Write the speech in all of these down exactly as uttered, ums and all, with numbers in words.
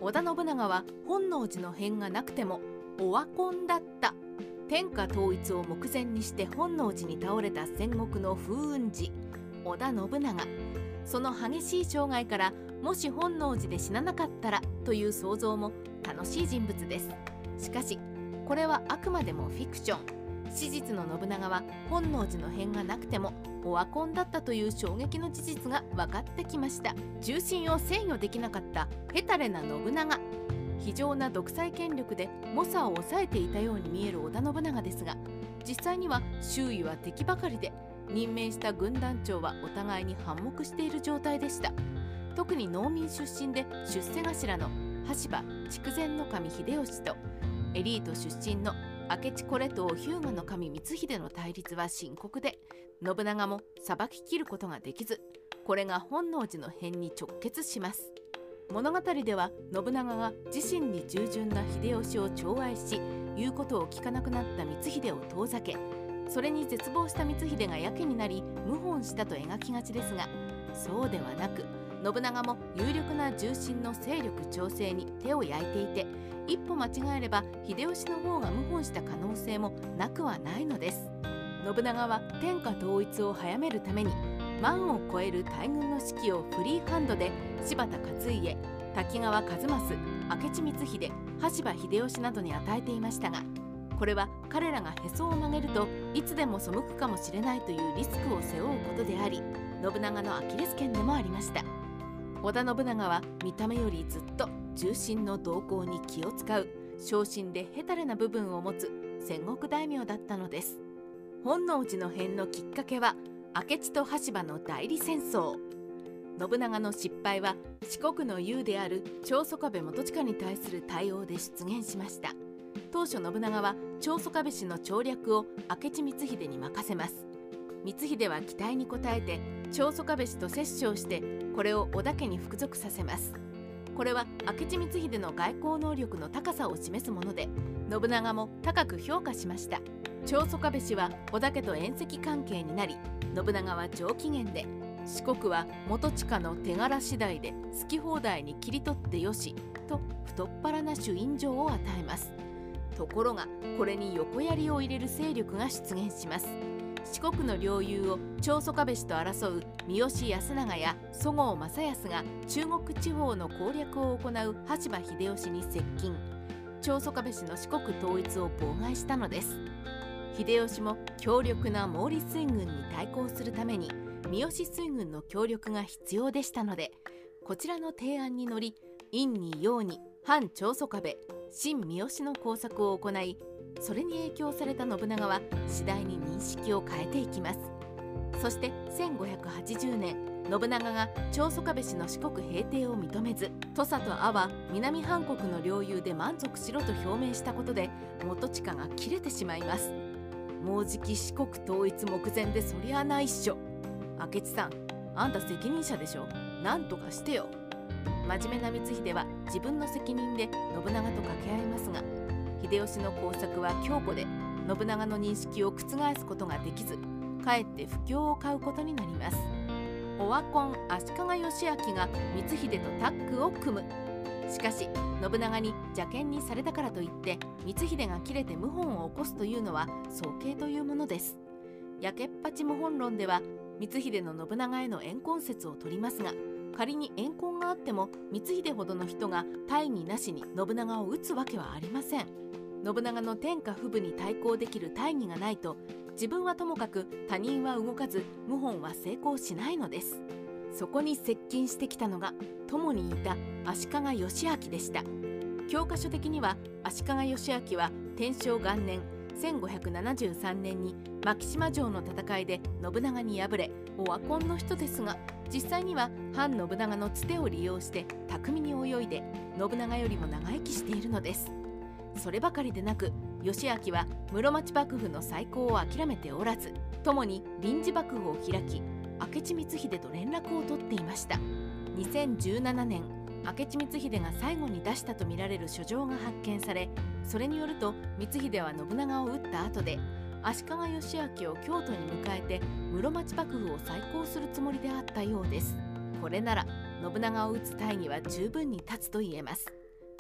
織田信長は本能寺の変がなくてもオワコンだった。天下統一を目前にして本能寺に倒れた戦国の風雲児織田信長。その激しい生涯からもし本能寺で死ななかったらという想像も楽しい人物です。しかしこれはあくまでもフィクション。史実の信長は本能寺の変がなくてもオワコンだったという衝撃の事実が分かってきました。重臣を制御できなかったヘタレな信長。非常な独裁権力で猛者を抑えていたように見える織田信長ですが、実際には周囲は敵ばかりで、任命した軍団長はお互いに反目している状態でした。特に農民出身で出世頭の羽柴筑前守秀吉とエリート出身の明智惟東日向守光秀の対立は深刻で、信長も裁ききることができず、これが本能寺の変に直結します。物語では信長が自身に従順な秀吉を寵愛し、言うことを聞かなくなった光秀を遠ざけ、それに絶望した光秀がやけになり謀反したと描きがちですが、そうではなく信長も有力な重臣の勢力調整に手を焼いていて、一歩間違えれば秀吉の方が謀反した可能性もなくはないのです。信長は天下統一を早めるために万を超える大軍の指揮をフリーハンドで柴田勝家、滝川一益、明智光秀、羽柴秀吉などに与えていましたが、これは彼らがへそを曲げるといつでも背くかもしれないというリスクを背負うことであり、信長のアキレス腱でもありました。織田信長は見た目よりずっと重臣の動向に気を使う小心でヘタレな部分を持つ戦国大名だったのです。本能寺の変のきっかけは明智と羽柴の代理戦争。信長の失敗は四国の雄である長宗我部元親に対する対応で出現しました。当初信長は長宗我部氏の調略を明智光秀に任せます。光秀は期待に応えて長宗我部氏と折衝して、これを織田家に服属させます。これは明智光秀の外交能力の高さを示すもので、信長も高く評価しました。長宗我部氏は織田家と縁戚関係になり、信長は上機嫌で、四国は元親の手柄次第で好き放題に切り取ってよしと太っ腹な主印状を与えます。ところがこれに横槍を入れる勢力が出現します。四国の領有を長宗我部氏と争う三好康長や十河正康が中国地方の攻略を行う羽柴秀吉に接近、長宗我部氏の四国統一を妨害したのです。秀吉も強力な毛利水軍に対抗するために三好水軍の協力が必要でしたので、こちらの提案に乗り、陰に陽に反長宗我部、親三好の工作を行い、それに影響された信長は次第に認識を変えていきます。そしてせんごひゃくはちじゅうねん、信長が長宗我部氏の四国平定を認めず、土佐と阿波、南半国の領有で満足しろと表明したことで元親が切れてしまいます。もうじき四国統一目前でそりゃないっしょ。明智さん、あんた責任者でしょ。なんとかしてよ。真面目な光秀は自分の責任で信長と掛け合いますが、秀吉の工作は強固で信長の認識を覆すことができず、かえって不況を買うことになります。オワコン足利義昭が光秀とタッグを組む。しかし信長に邪険にされたからといって光秀が切れて謀反を起こすというのは早計というものです。やけっぱち謀反論では光秀の信長への怨恨説を取りますが、仮に怨恨があっても光秀ほどの人が大義なしに信長を討つわけはありません。信長の天下不武に対抗できる大義がないと、自分はともかく他人は動かず謀反は成功しないのです。そこに接近してきたのが共にいた足利義昭でした。教科書的には足利義昭は天正元年せんごひゃくななじゅうさんねんに牧島城の戦いで信長に敗れオワコンの人ですが、実際には反信長のつてを利用して巧みに泳いで信長よりも長生きしているのです。そればかりでなく、義昭は室町幕府の再興を諦めておらず、共に臨時幕府を開き明智光秀と連絡を取っていました。にせんじゅうななねん、明智光秀が最後に出したとみられる書状が発見され、それによると光秀は信長を討った後で足利義昭を京都に迎えて室町幕府を再興するつもりであったようです。これなら信長を討つ大義は十分に立つと言えます。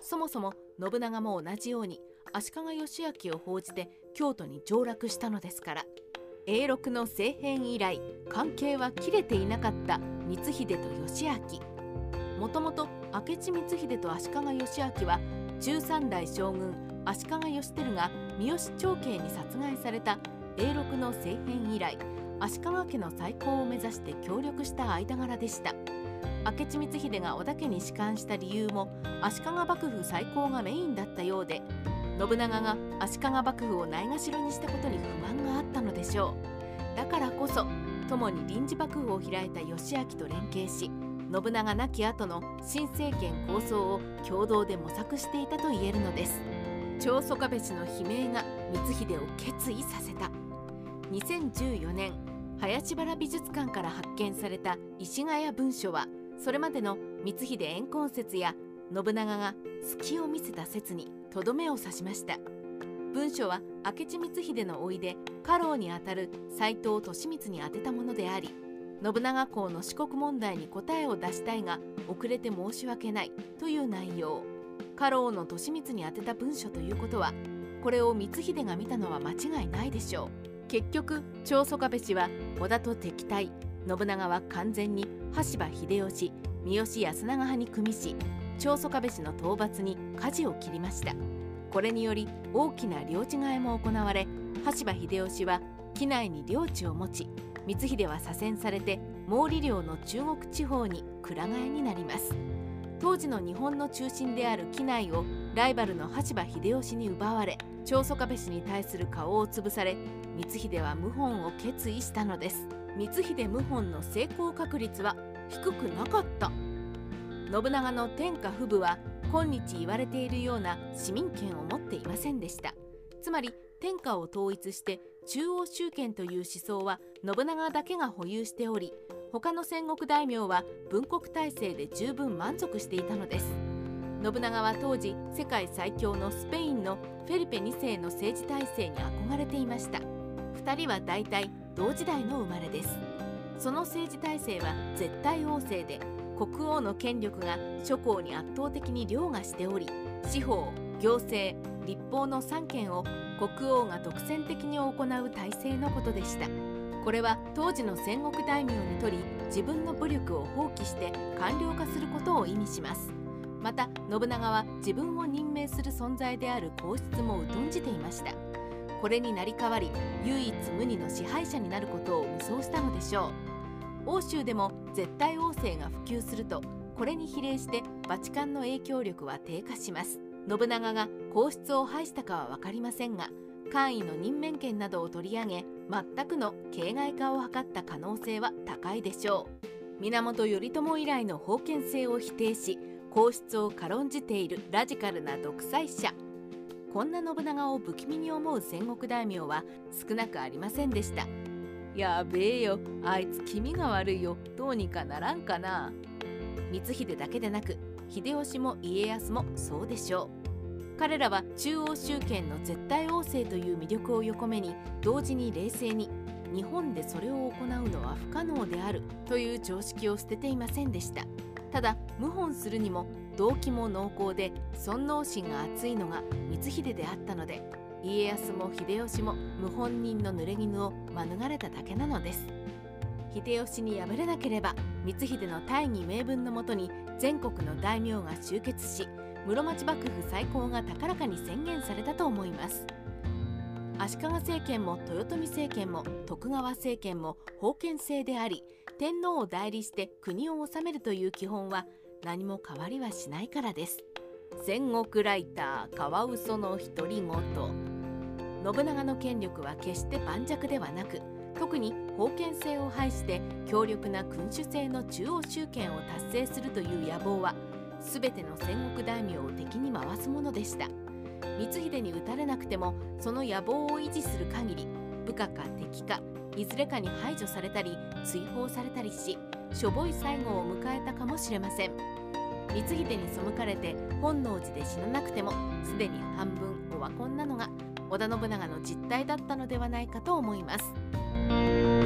そもそも信長も同じように足利義昭を報じて京都に上洛したのですから、永禄の政変以来関係は切れていなかった光秀と義昭。もともと明智光秀と足利義昭はじゅうさん代将軍足利義輝が三好長慶に殺害された永禄の政変以来、足利家の再興を目指して協力した間柄でした。明智光秀が織田家に仕官した理由も足利幕府再興がメインだったようで、信長が足利幕府をないがしろにしたことに不満があったのでしょう。だからこそ共に臨時幕府を開いた義昭と連携し、信長亡き後の新政権構想を共同で模索していたと言えるのです。長宗我部氏の悲鳴が光秀を決意させた。にせんじゅうよねん、林原美術館から発見された石ヶ谷文書は、それまでの光秀怨恨説や信長が隙を見せた説にとどめを刺しました。文書は明智光秀の甥で家老にあたる斎藤利光に宛てたものであり、信長公の四国問題に答えを出したいが遅れて申し訳ないという内容。家老の利光に宛てた文書ということは、これを光秀が見たのは間違いないでしょう。結局長宗我部氏は織田と敵対、信長は完全に羽柴秀吉、三好安長派に組みし、長宗我部氏の討伐に舵を切りました。これにより大きな領地替えも行われ、羽柴秀吉は畿内に領地を持ち、光秀は左遷されて毛利領の中国地方に鞍替えになります。当時の日本の中心である畿内をライバルの羽柴秀吉に奪われ、長宗我部氏に対する顔を潰され、光秀は謀反を決意したのです。光秀謀反の成功確率は低くなかった。信長の天下布武は今日言われているような市民権を持っていませんでした。つまり天下を統一して中央集権という思想は信長だけが保有しており、他の戦国大名は分国体制で十分満足していたのです。信長は当時世界最強のスペインのフェリペにせいの政治体制に憧れていました。ふたりは大体同時代の生まれです。その政治体制は絶対王政で、国王の権力が諸侯に圧倒的に凌駕しており、司法、行政、立法のさん権を国王が独占的に行う体制のことでした。これは当時の戦国大名にとり、自分の武力を放棄して官僚化することを意味します。また信長は自分を任命する存在である皇室も疎んじていました。これに成り代わり唯一無二の支配者になることを無双したのでしょう。欧州でも絶対王政が普及すると、これに比例してバチカンの影響力は低下します。信長が皇室を廃したかは分かりませんが、官位の任免権などを取り上げ、全くの形骸化を図った可能性は高いでしょう。源頼朝以来の封建制を否定し、皇室を軽んじているラジカルな独裁者。こんな信長を不気味に思う戦国大名は少なくありませんでした。やべえよ、あいつ気味が悪いよ、どうにかならんかな。光秀だけでなく秀吉も家康もそうでしょう。彼らは中央集権の絶対王政という魅力を横目に、同時に冷静に日本でそれを行うのは不可能であるという常識を捨てていませんでした。ただ謀反するにも動機も濃厚で尊王心が厚いのが光秀であったので、家康も秀吉も謀反人の濡れ衣を免れただけなのです。秀吉に敗れなければ光秀の大義名分のもとに全国の大名が集結し、室町幕府再興が高らかに宣言されたと思います。足利政権も豊臣政権も徳川政権も封建制であり、天皇を代理して国を治めるという基本は何も変わりはしないからです。戦国ライターカワウソの独り言。信長の権力は決して盤石ではなく、特に封建制を排して強力な君主制の中央集権を達成するという野望は、全ての戦国大名を敵に回すものでした。光秀に討たれなくてもその野望を維持する限り、部下か敵かいずれかに排除されたり追放されたりし、しょぼい最後を迎えたかもしれません。光秀に背かれて本能寺で死ななくても、すでに半分オワコンなのが織田信長の実態だったのではないかと思います。